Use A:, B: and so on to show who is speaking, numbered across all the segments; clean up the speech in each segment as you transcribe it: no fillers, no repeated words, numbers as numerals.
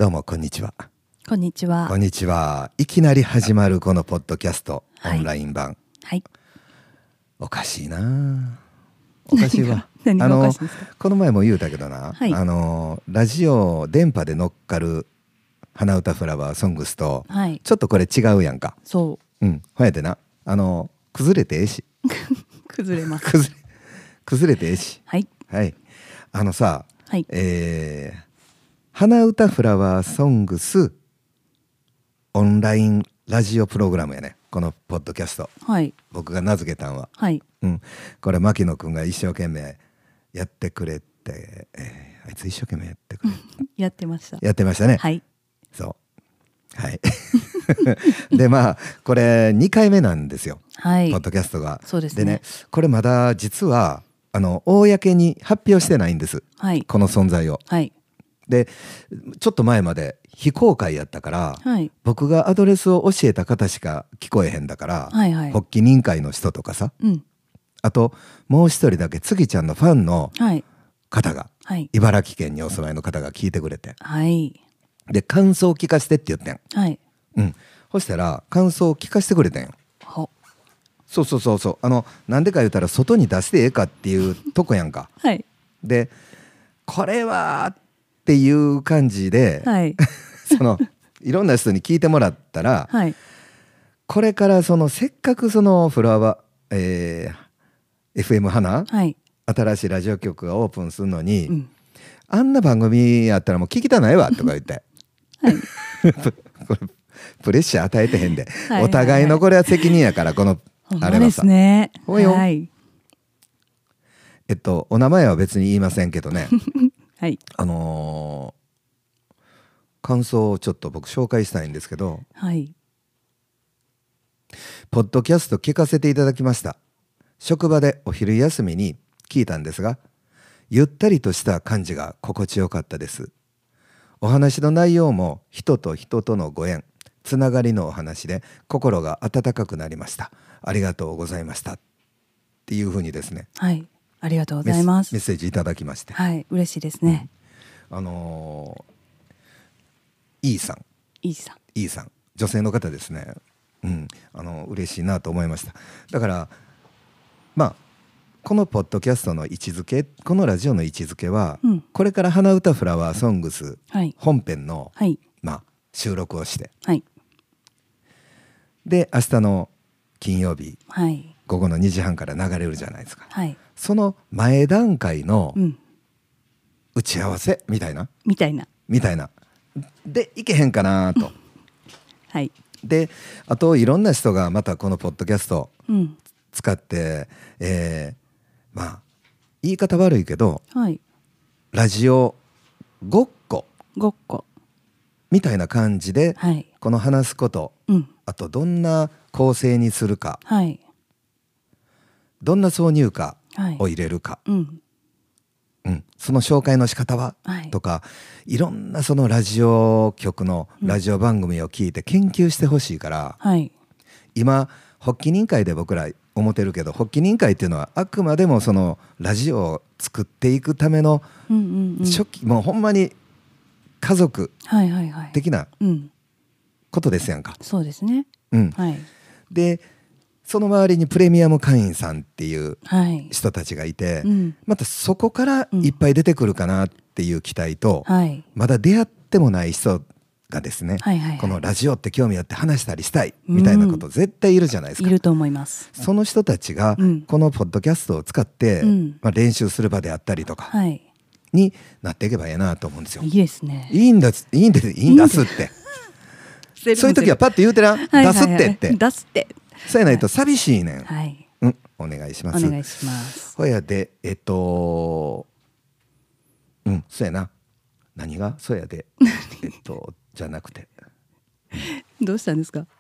A: どうもこんにちは。
B: こんにちは。
A: こんにちは。いきなり始まるこのポッドキャスト、オンライン版。
B: はい。
A: おかしいな。おかしいわ。
B: 何がおかしいんですか？
A: この前も言うたけどな、
B: はい
A: ラジオ電波で乗っかる花歌フラワーソングスと、
B: はい。
A: ちょっとこれ違うやんか。
B: そ
A: ほやでな、崩れてええし。
B: う。崩れます。
A: 崩れてええし。
B: はい。
A: はい。さ、
B: はい。
A: 花歌フラワーソングスオンラインラジオプログラムやね、このポッドキャスト。
B: はい。
A: 僕が名付けたんは、
B: はい。
A: これ牧野くんが一生懸命やってくれて、あいつ一生懸命やってくれ
B: やってました。
A: やってましたね。
B: はい。
A: そうはいでまあこれ2回目なんですよ、
B: はい。
A: ポッドキャストが。
B: そうですね。
A: これまだ実は公に発表してないんです、
B: はい。
A: この存在を。
B: はい。
A: でちょっと前まで非公開やったから、
B: はい。
A: 僕がアドレスを教えた方しか聞こえへんだから、
B: はいはい。
A: 発起人会の人とかさ、
B: うん。
A: あともう一人だけつぎちゃんのファンの
B: はい。
A: 方が、
B: はい。
A: 茨城県にお住まいの方が聞いてくれて、
B: はい。
A: で感想を聞かせてって言ってん。
B: はい。
A: そしたら感想を聞かせてくれたんよ。
B: ほ。
A: そうなんでか言うたら外に出してええかっていうとこやんか。
B: はい。
A: でこれはっていう感じで、
B: はい。
A: いろんな人に聞いてもらったら、
B: はい。
A: これからせっかくフラワー、FM 花、
B: はい。
A: 新しいラジオ局がオープンするのに、
B: うん。
A: あんな番組やったらもう聞きたないわとか言って
B: はい。
A: これプレッシャー与えてへんで、
B: はい
A: お互いのこれは責任やから、この
B: ほんまで
A: あれはさ、
B: すね。
A: ほいよ
B: はい。
A: お名前は別に言いませんけどね
B: はい。
A: 感想をちょっと僕紹介したいんですけど、
B: はい。
A: ポッドキャスト聞かせていただきました。職場でお昼休みに聞いたんですが、ゆったりとした感じが心地よかったです。お話の内容も人と人とのご縁、つながりのお話で心が温かくなりました。ありがとうございましたっていうふうにですね、
B: はい。ありがとうございます。
A: メッセージいただきまして、
B: はい。嬉しいですね。
A: イーさん、
B: いいさん。
A: イーさん、女性の方ですね。嬉しいなと思いました。だからまあこのポッドキャストの位置づけ、このラジオの位置づけは、これから花歌フラワーソングス本編の、
B: はい。
A: 収録をして、
B: はい。
A: で明日の金曜日
B: はい。
A: 午後の2時半から流れるじゃないですか。
B: はい。
A: その前段階の
B: うん。
A: 打ち合わせみたいな
B: みたいな。
A: でいけへんかなと
B: はい。
A: であといろんな人がまたこのポッドキャスト
B: うん。
A: 使って、言い方悪いけど
B: はい。
A: ラジオごっこ
B: ごっこ。
A: みたいな感じで、
B: はい。
A: この話すこと、
B: うん。
A: あとどんな構成にするか、
B: はい。
A: どんな挿入歌
B: はい。
A: を入れるか、
B: うん。
A: その紹介の仕方は、
B: はい。
A: とかいろんなそのラジオ局のラジオ番組を聞いて研究してほしいから、
B: はい。
A: 今発起人会で僕ら思ってるけど、発起人会っていうのはあくまでもそのラジオを作っていくための初期、もうほんまに家族
B: はいはいはい。
A: 的な
B: うん。
A: ことですやんか。
B: そうですね。はい。
A: でその周りにプレミアム会員さんっていう
B: はい。
A: 人たちがいて、
B: うん。
A: またそこからいっぱい出てくるかなっていう期待と、
B: はい。
A: まだ出会ってもない人がですね、
B: はいはいはい。
A: このラジオって興味あって話したりしたいみたいなこと絶対いるじゃないですか。
B: いると思います。
A: その人たちがこのポッドキャストを使って、練習する場であったりとか
B: はい。
A: になっていけばいいなと思うんですよ。
B: いいですね。
A: いいんですってそういう時はパッと言うてな、出すってって、
B: 出すって。
A: そうやないと寂しいねん。
B: はい。
A: お願いします。
B: お願いします。
A: ほやでそうやな、何がそうやでじゃなくて
B: どうしたんですか？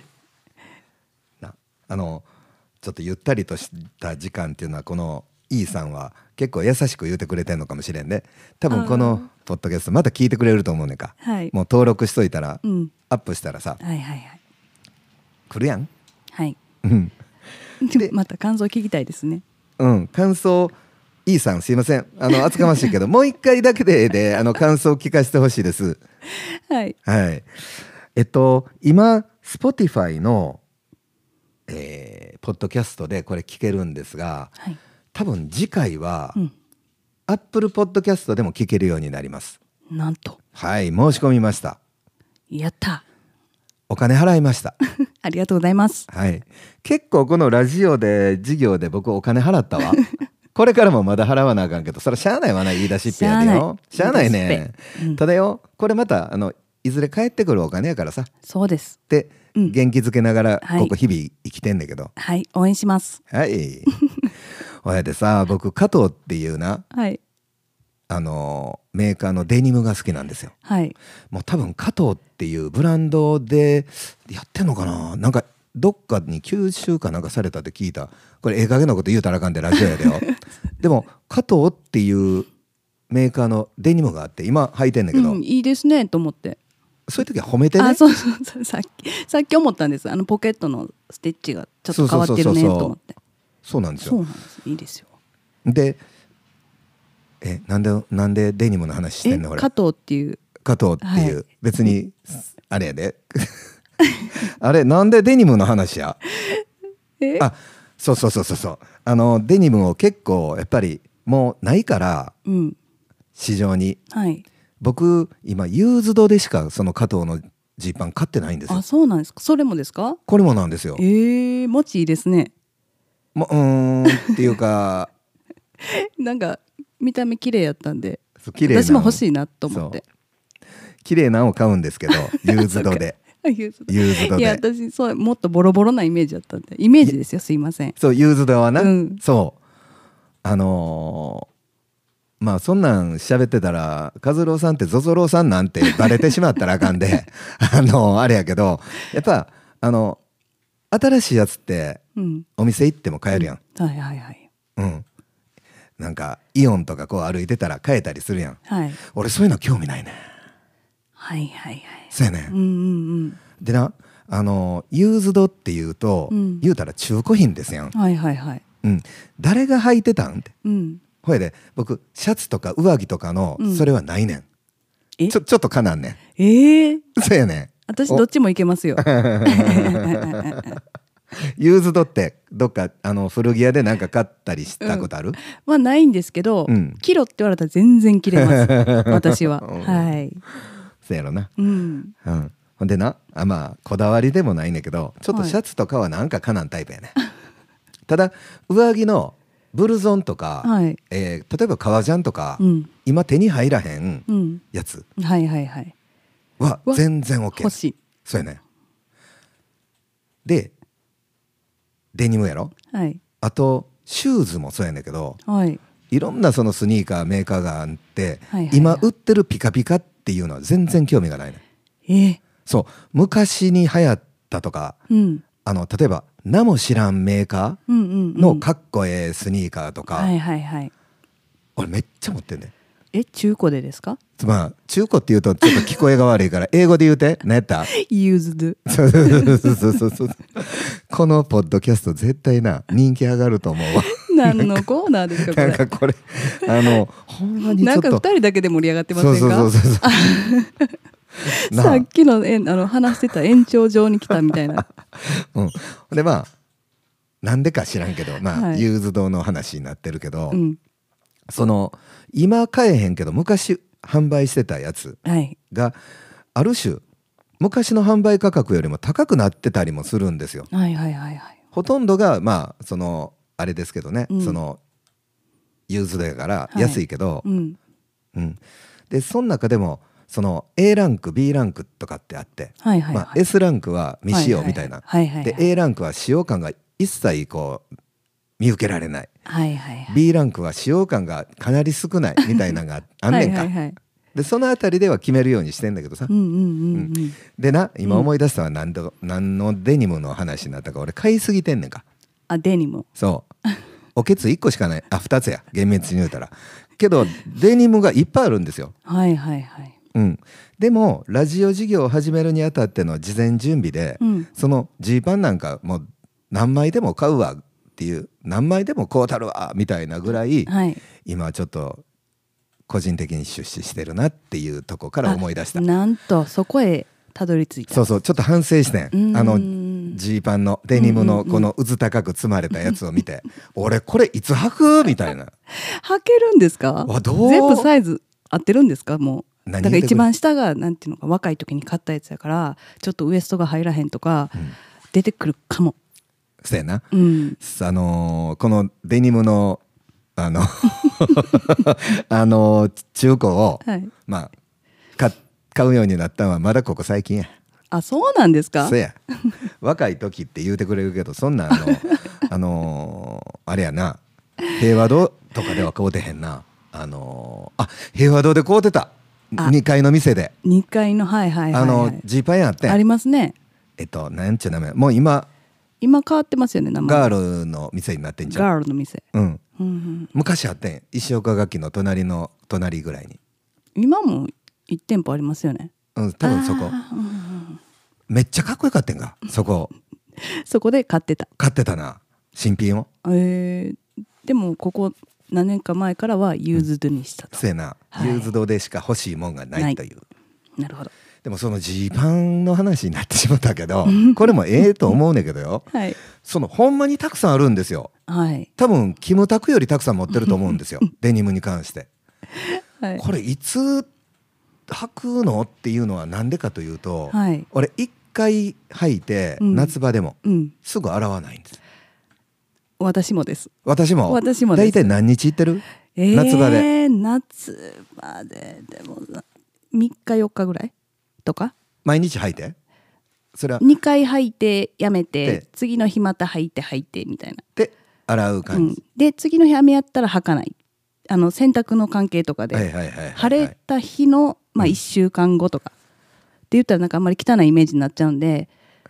A: ちょっとゆったりとした時間っていうのは、このイーさんは結構優しく言うてくれてんのかもしれんね。多分このポッドキャストまた聞いてくれると思うねんか、
B: はい、
A: もう登録しといたら、アップしたらさ、
B: はいはいはい、
A: 来るやん。
B: はい。
A: で
B: また感想聞きたいですね。
A: 感想イーさんすいません厚かましいけどもう一回だけで感想を聞かせてほしいです。
B: はい。
A: はい。今 Spotify の、ポッドキャストでこれ聞けるんですが、
B: はい、
A: 多分次回は、
B: うん、
A: Apple ポッドキャストでも聞けるようになります。
B: なんと。
A: はい、申し込みました。
B: やった。
A: お金払いました。
B: ありがとうございます。
A: はい。結構このラジオで授業で僕お金払ったわ。これからもまだ払わなあかんけど、それしゃあないわな、言い出しっぺやでよ。しゃあないね。ただよ、これまたいずれ帰ってくるお金やからさ。
B: そうです。
A: で、元気づけながら
B: はい
A: ここ日々生きてんだけど。
B: はい、応援します。
A: はい。ほやでさ、僕加藤っていうな、
B: はい、
A: メーカーのデニムが好きなんですよ。
B: はい。
A: もう多分加藤っていうブランドでやってんのかな、なんかどっかに吸収かなんかされたって聞いた。これええ加減なこと言うたらあかんでラジオやでよ。でも加藤っていうメーカーのデニムがあって今履いてんだけど、
B: いいですねと思って。
A: そういう時は褒めてね。
B: あ、そうそうそう、さっき思ったんです。ポケットのステッチがちょっと変わってるねと思って。
A: そうなんですよ。
B: そうなんです。いいですよ。
A: で、なんでデニムの話してんの俺。
B: 加藤っていう。
A: 加藤っていう、はい、別にあれやで。あれなんでデニムの話や。あ、そうデニムを結構やっぱりもうないから、市場に。はい。僕今ユーズドでしかその加藤のジーパン買ってないんですよ。
B: あ、そうなんですか。それもですか。
A: これもなんですよ。
B: もちいいですね。
A: っていうか
B: なんか見た目綺麗やったんで、
A: 綺麗な
B: 私も欲しいなと思って。
A: 綺麗なのを買うんですけどユーズドでユーズドで。
B: いや私そうもっとボロボロなイメージだったんで。イメージですよ、すいません。
A: そうユーズドはな、そうまあそんなん喋ってたら和郎さんってゾゾロウさんなんてバレてしまったらあかんであれやけど、やっぱ新しいやつって、お店行っても買えるやん。
B: はいはいはい。
A: なんかイオンとかこう歩いてたら買えたりするやん。はい、俺そういうの興味ないね。
B: はいはいはい。
A: そうやね。でなユーズドっていうと、言うたら中古品ですやん。
B: はいはいはい。
A: 誰が履いてたんって。ほいで僕シャツとか上着とかのそれはないねん。ちょっとかなんねん。そうやねん。
B: 私どっちもいけますよ。
A: ユーズドってどっか古着屋でなんか買ったりしたことある？
B: はないんですけど、キロって言われたら全然着れます私は。はい。
A: そうやろな。ほんでな、まあこだわりでもないんだけど、ちょっとシャツとかはなんかかなんタイプやね。ただ上着のブルゾンとか、例えば革ジャンとか、今手に入らへんやつは全然 OK。
B: 欲しい。
A: そうやね。でデニムやろ。あとシューズもそうやねんけど、いろんなそのスニーカーメーカーがあって、今売ってるピカピカっていうのは全然興味がないね。そう昔に流行ったとか、例えば名も知らんメーカーのかっこええスニーカーとか、俺めっちゃ持ってんねん。
B: 中古でですか？
A: まあ中古っていうとちょっと聞こえが悪いから英語で言うて。何やった？
B: ユーズド。
A: そうこのポッドキャスト絶対な人気上がると思うわ。
B: 何のコーナーですかこれ。
A: なんかこれほんまにちょっと
B: なんか2人だけで盛り上がってませんか？
A: そう
B: さっきの話してた延長上に来たみたいな。
A: でまあなんでか知らんけど、まあユーズドの話になってるけど、その今買えへんけど昔販売してたやつがある種昔の販売価格よりも高くなってたりもするんですよ。ほとんどがまあそのあれですけどね、そのユーズドやから安いけど、でその中でもその A ランク B ランクとかってあって、S ランクは未使用みたいな、で A ランクは使用感が一切こう見受けられない、B ランクは使用感がかなり少ないみたいなのがあんねんか。でそのあたりでは決めるようにしてんだけどさ。でな今思い出したのは何のデニムの話になったか。俺買いすぎてんねんか。
B: デニム。
A: そうおけつ1個しかない。2つや厳密に言うたら。けどデニムがいっぱいあるんですよ。でもラジオ事業を始めるにあたっての事前準備で、そのジーパンなんかもう何枚でも買うわっっていう、何枚でもこうたるわみたいなぐらい、
B: はい、
A: 今ちょっと個人的に出資してるなっていうとこから思い出した。
B: なんとそこへたどり着いた。
A: そうそう、ちょっと反省してん。ジーパンのデニムのこのうず高く積まれたやつを見て、俺これいつ履くみたいな。
B: 履けるんですか？
A: どう
B: 全部サイズ合ってるんですか？もう
A: 何
B: だから一番下がなんていうのか、若い時に買ったやつやからちょっとウエストが入らへんとか、出てくるかも。
A: そうやな、
B: うん、
A: このデニムの中古を、
B: はい、
A: まあ買うようになったのはまだここ最近や。
B: あ、そうなんですか？
A: そうや若い時って言うてくれるけど、そんなあれやな、平和堂とかでは買うてへんな。平和堂で買うてた、2階の店で。
B: 2階の、はいはいはい、はい、
A: ジーパンやってん。
B: ありますね。
A: なんちゅう名前、もう今
B: 変わってますよね、名前。
A: ガールの店になってんじゃん。
B: ガールの店、
A: うん、
B: うんうん、
A: 昔あってん、石岡楽器の隣の隣ぐらいに。
B: 今も1店舗ありますよね。
A: うん、多分そこ、めっちゃかっこよかったんが、そこ
B: そこで買ってた
A: な、新品を。
B: でもここ何年か前からはユーズドにしたと。
A: そうやな、はい、ユーズドでしか欲しいもんがないという。
B: なるほど。
A: でもそのジーパンの話になってしまったけどこれもと思うねんけどよ、はい、そのほんまにたくさんあるんですよ、はい、多分キムタクよりたくさん持ってると思うんですよデニムに関して、はい、これいつ履くのっていうのはなんでかというと、はい、俺一回履いて、夏場でも、すぐ洗わないんです。
B: 私もです。
A: 私も大体何日行ってる？夏場で
B: でも3日4日ぐらいとか。
A: 毎日履いて、それは
B: 2回履いてやめて、次の日また履いてみたいな
A: で洗う感じ、
B: で次の日雨やったら履かない、洗濯の関係とかで晴れた日の、1週間後とかって言ったらなんかあんまり汚いイメージになっちゃうんで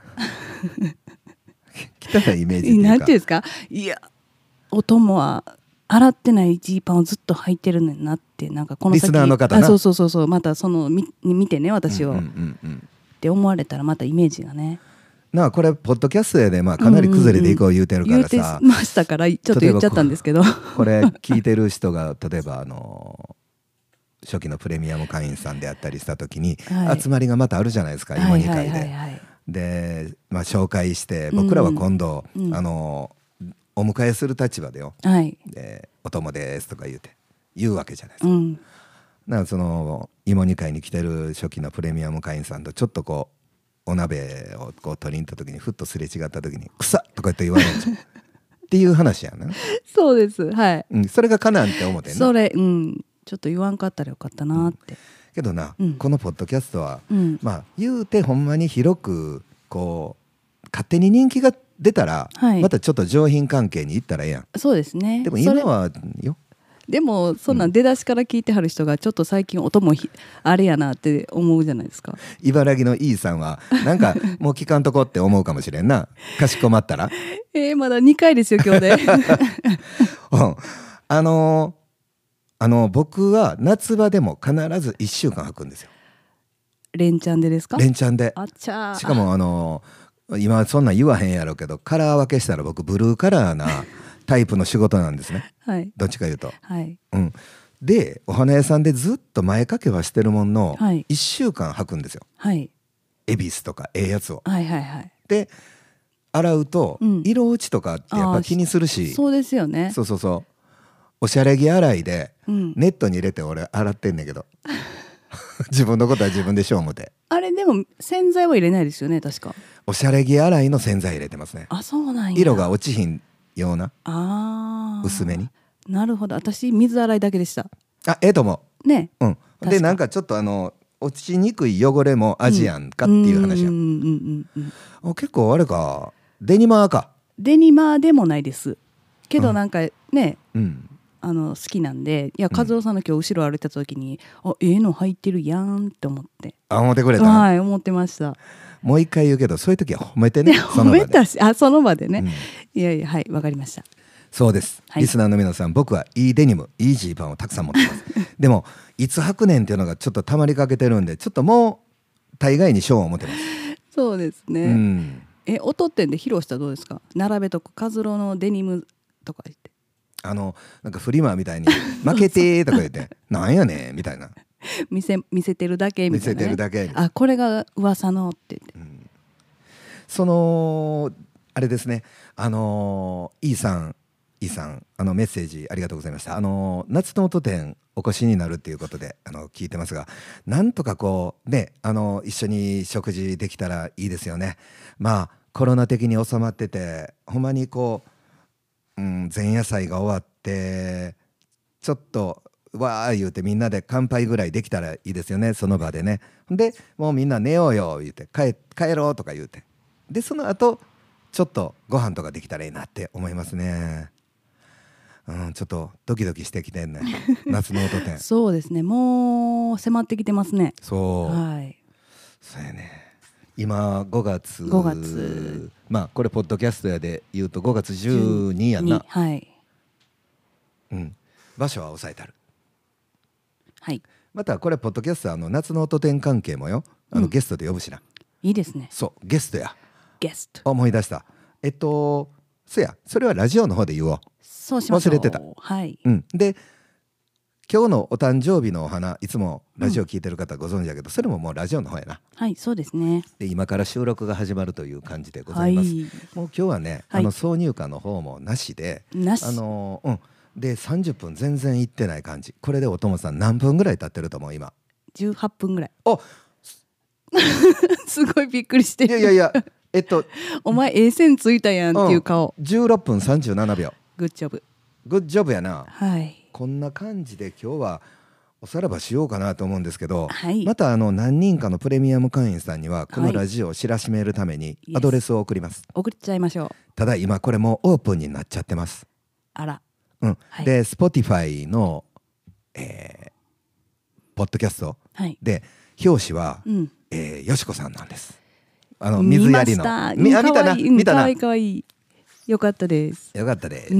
A: 汚いイメージっていうか、
B: なんていうんですか、いやお供は洗ってないジーパンをずっと履いてるねんなって、なんかこの先
A: リスナーの方な、
B: そうまたその見てね私を、って思われたらまたイメージがね、
A: なあ、これポッドキャストでかなり崩れていこう言うてるからさ、
B: 言うてましたからちょっと言っちゃったんですけど
A: これ聞いてる人が例えば初期のプレミアム会員さんであったりした時に、集まりがまたあるじゃないですか、芋2回で、紹介して僕らは今度、お迎えする立場でよ、でお供ですとか言うわけじゃないですか、だからその芋2回に来てる初期のプレミアム会員さんとちょっとこうお鍋をこう取りに行った時にふっとすれ違った時に「くさっ!」とかって言われるんじゃんっていう話やな。
B: そうです、はい、
A: それがかなんって思ってんな。
B: それ、ちょっと言わんかったらよかったなって、
A: けどな、このポッドキャストは、言うてほんまに広くこう勝手に人気が出たら、またちょっと上品関係に行ったらええやん。
B: そうですね。
A: でも今はよ、
B: でもそんなん出だしから聞いてはる人がちょっと最近音もあれやなって思うじゃないですか。
A: 茨城の E さんはなんかもう聞かんとこって思うかもしれんなかしこまったら
B: まだ2回ですよ今日で
A: 僕は夏場でも必ず1週間履くんですよ。
B: 連チャンでですか？
A: 連チャンで。
B: あっちゃー。
A: しかも今そんなん言わへんやろうけど、カラー分けしたら僕ブルーカラーなタイプの仕事なんですね、はい、どっちか言うと、はい、でお花屋さんでずっと前掛けはしてるもんの、1週間履くんですよ、はい、恵比寿とかええやつを、で洗うと、色落ちとかってやっぱ気にするし、
B: そうですよね。
A: そうおしゃれ着洗いで、ネットに入れて俺洗ってんねんけど自分のことは自分でしょう思て。
B: あれでも洗剤は入れないですよね確か。
A: おしゃれ着洗いの洗剤入れてますね。
B: あ、そうなんや。
A: 色が落ちひんような、薄めに。
B: なるほど。私水洗いだけでした。
A: と思うね。でなんかちょっと落ちにくい汚れもアジアンかっていう話や。結構あれか、デニマーか。
B: デニマーでもないですけど、なんかね、好きなんで、いや和夫さんの今日後ろ歩いてた時に、の入ってるやんって思って。
A: 思ってくれた。
B: はい、思ってました。
A: もう一回言うけど、そういう時は褒めてね。
B: 褒めたし、その場でね、いやいや、はい、わかりました。
A: そうです、リスナーの皆さん、僕はいいデニム、いいジーパンをたくさん持ってますでもいつ履くねんっていうのがちょっとたまりかけてるんで、ちょっともう大概に賞を持ってます。
B: そうですね、 音ってんで披露したらどうですか？並べとくカズロのデニムとか言って
A: なんかフリマみたいに負けてとか言ってなんやねんみたいな
B: 見せてるだけみたいな、ね、
A: 見せてるだけ。
B: あ、これが噂のって言って、
A: あれですね、イーさんメッセージありがとうございました。夏の音展お越しになるっていうことで聞いてますが、なんとかこうね一緒に食事できたらいいですよね。まあコロナ的に収まっててほんまにこう、前夜祭が終わってちょっとわー言うてみんなで乾杯ぐらいできたらいいですよね、その場でね。でもうみんな寝ようよ言うて帰ろうとか言うて、でその後ちょっとご飯とかできたらいいなって思いますね。ちょっとドキドキしてきてんね夏の音展
B: そうですね、もう迫ってきてますね。
A: そう、
B: はい、
A: そうやね。今5月まあこれポッドキャストやで言うと5月12やんな。
B: はい、
A: 場所は抑えてある。
B: はい、
A: またこれポッドキャスト夏の音展関係もよゲストで呼ぶしな。
B: いいですね。
A: そうゲストや。
B: ゲスト
A: 思い出した。それはラジオの方で言おう。
B: そうしましょう。
A: 忘れてた。
B: はい。
A: で今日のお誕生日のお花いつもラジオ聞いてる方ご存知だけど、それももうラジオの方やな。
B: はい、そうですね。
A: で今から収録が始まるという感じでございます。もう今日はね、挿入歌の方もなしでで30分全然いってない感じ。これでおともさん何分ぐらい経ってると思う？今
B: 18分ぐらい。
A: お
B: すごいびっくりしてる。
A: いや
B: お前線ついたやんっていう顔。
A: 16分37秒。
B: グッジョブ。
A: グッジョブやな。
B: はい。
A: こんな感じで今日はおさらばしようかなと思うんですけど、
B: はい、
A: また何人かのプレミアム会員さんにはこのラジオを知らしめるためにアドレスを送ります。
B: 送っちゃいましょう。
A: ただ今これもオープンになっちゃってます。
B: あら。
A: はい、で Spotify の、ポッドキャスト、で表紙は、よしこさんなんです。水やりの見たな。
B: かわいい。よかったです。
A: よかったです。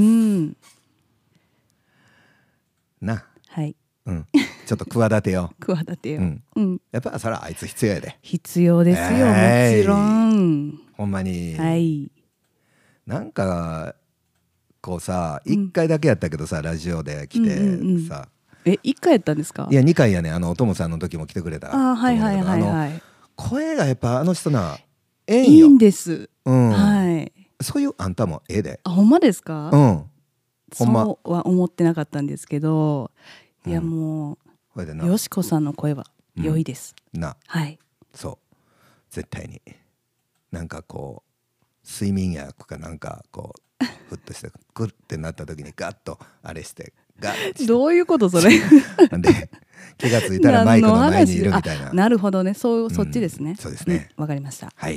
A: な。
B: はい。
A: ちょっと企てよ。
B: 企てよ。
A: やっぱそれはあいつ必要やで。
B: 必要ですよ、もちろん。
A: ほんまに。
B: はい。
A: なんかこうさ、1回だけやったけどさラジオで来てさ。
B: 1回やったんですか？
A: いや2回やね。おともさんの時も来てくれた。声がやっぱ人な。い
B: いんです。はい。
A: そういうあんたもで。
B: ほんまですか？
A: ほんま。
B: そうは思ってなかったんですけど、いやもうよしこさんの声は良いです。はい。
A: そう絶対になんかこう睡眠薬かなんかこうふっとしてグッてなった時にガッとあれしてガッて。
B: どういうことそれ？
A: で気がついたらマイクの前にいるみたいな。
B: なるほどね。そっちですね。
A: そうですね。
B: わかりました。
A: はい。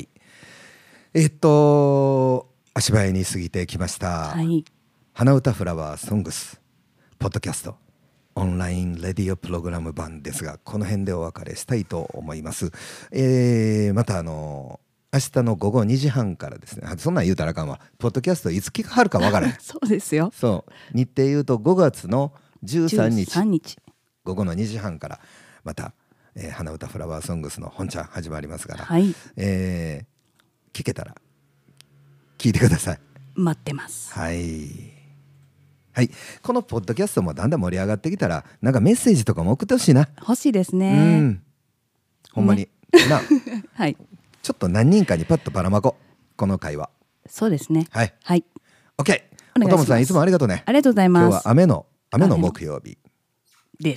A: 足早に過ぎてきました。
B: はい。
A: 花歌フラワーソングスポッドキャストオンラインレディオプログラム版ですが、この辺でお別れしたいと思います。また明日の午後2時半からですね。そんなん言うたらあかんわ。ポッドキャストいつ聞かはるか分からない。
B: そうですよ。
A: そう日程言うと5月の13日午後の2時半からまた、花歌フラワーソングスの本ちゃん始まりますから、聞けたら聞いてください。
B: 待ってます。
A: はいはい、このポッドキャストもだんだん盛り上がってきたらなんかメッセージとかも送ってほしいな。
B: 欲しいですね。
A: ほんまに、な
B: はい。
A: ちょっと何人かにパッとばらまここの会話。
B: そうですね。
A: はい。
B: はい。
A: OK。おともさんいつもありがとうね。
B: ありがとうございます。
A: 今日は雨の木曜日
B: です。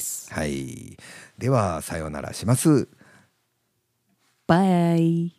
A: はい。ではさようならします。
B: バイ。